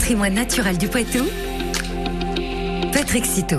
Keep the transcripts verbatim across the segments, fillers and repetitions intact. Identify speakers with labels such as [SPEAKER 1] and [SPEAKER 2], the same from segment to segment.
[SPEAKER 1] patrimoine naturel du Poitou, Patrick Citeaux.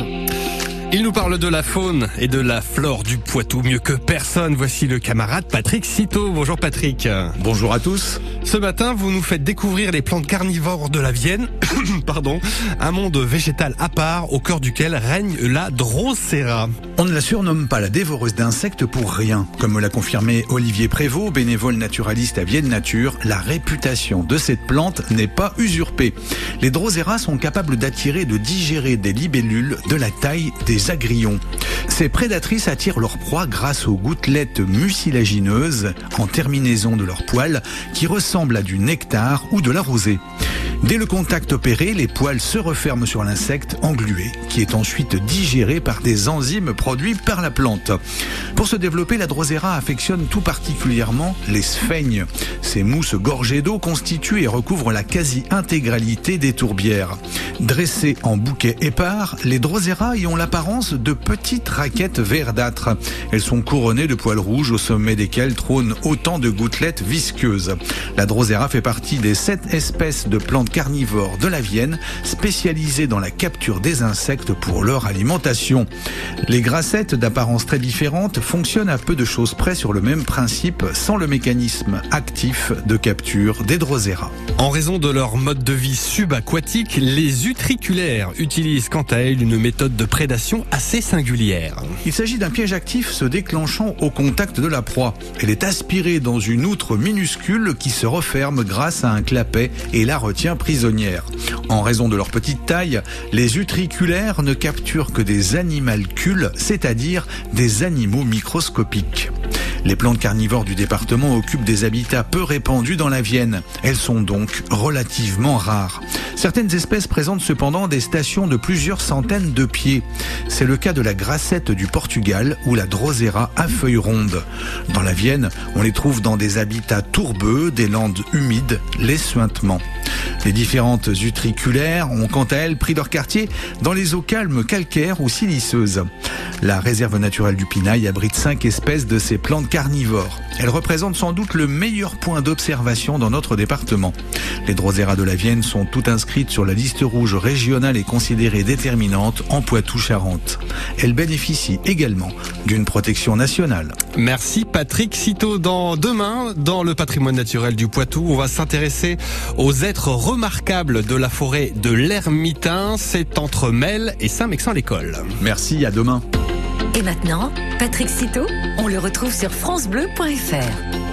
[SPEAKER 2] Il nous parle de la faune et de la flore du Poitou mieux que personne. Voici le camarade Patrick Citeaux. Bonjour Patrick.
[SPEAKER 3] Bonjour à tous.
[SPEAKER 2] Ce matin, vous nous faites découvrir les plantes carnivores de la Vienne. Pardon, un monde végétal à part au cœur duquel règne la Drosera.
[SPEAKER 3] On ne la surnomme pas la dévoreuse d'insectes pour rien. Comme me l'a confirmé Olivier Prévost, bénévole naturaliste à Vienne Nature, la réputation de cette plante n'est pas usurpée. Les Droseras sont capables d'attirer et de digérer des libellules de la taille des agrillons. Ces prédatrices attirent leur proie grâce aux gouttelettes mucilagineuses en terminaison de leurs poils qui ressemblent à du nectar ou de la rosée. Dès le contact opéré, les poils se referment sur l'insecte englué, qui est ensuite digéré par des enzymes produits par la plante. Pour se développer, la Drosera affectionne tout particulièrement les sphègnes. Ces mousses gorgées d'eau constituent et recouvrent la quasi-intégralité des tourbières. Dressées en bouquets épars, les Droseras y ont l'apparence de petites raquettes verdâtres. Elles sont couronnées de poils rouges au sommet desquels trônent autant de gouttelettes visqueuses. La Drosera fait partie des sept espèces de plantes carnivores de la Vienne, spécialisées dans la capture des insectes pour leur alimentation. Les grassettes d'apparence très différente fonctionnent à peu de choses près sur le même principe, sans le mécanisme actif de capture des Droseras.
[SPEAKER 2] En raison de leur mode de vie subaquatique, les utriculaires utilisent quant à elles une méthode de prédation assez singulière.
[SPEAKER 3] Il s'agit d'un piège actif se déclenchant au contact de la proie. Elle est aspirée dans une outre minuscule qui se referme grâce à un clapet et la retient prisonnière. En raison de leur petite taille, les utriculaires ne capturent que des animalcules, c'est-à-dire des animaux microscopiques. Les plantes carnivores du département occupent des habitats peu répandus dans la Vienne. Elles sont donc relativement rares. Certaines espèces présentent cependant des stations de plusieurs centaines de pieds. C'est le cas de la grassette du Portugal ou la Drosera à feuilles rondes. Dans la Vienne, on les trouve dans des habitats tourbeux, des landes humides, les suintements. Les différentes utriculaires ont quant à elles pris leur quartier dans les eaux calmes calcaires ou siliceuses. La réserve naturelle du Pinail abrite cinq espèces de ces plantes carnivores. Elles représentent sans doute le meilleur point d'observation dans notre département. Les Droseras de la Vienne sont toutes inscrites sur la liste rouge régionale et considérées déterminantes en Poitou-Charentes. Elles bénéficient également d'une protection nationale.
[SPEAKER 2] Merci Patrick Citeaux. Dans demain, dans le patrimoine naturel du Poitou, on va s'intéresser aux êtres remarquables de la forêt de l'Ermitain. C'est entre Melle et Saint-Mexan-l'École.
[SPEAKER 3] Merci, à demain.
[SPEAKER 1] Et maintenant, Patrick Citeaux, on le retrouve sur francebleu point fr.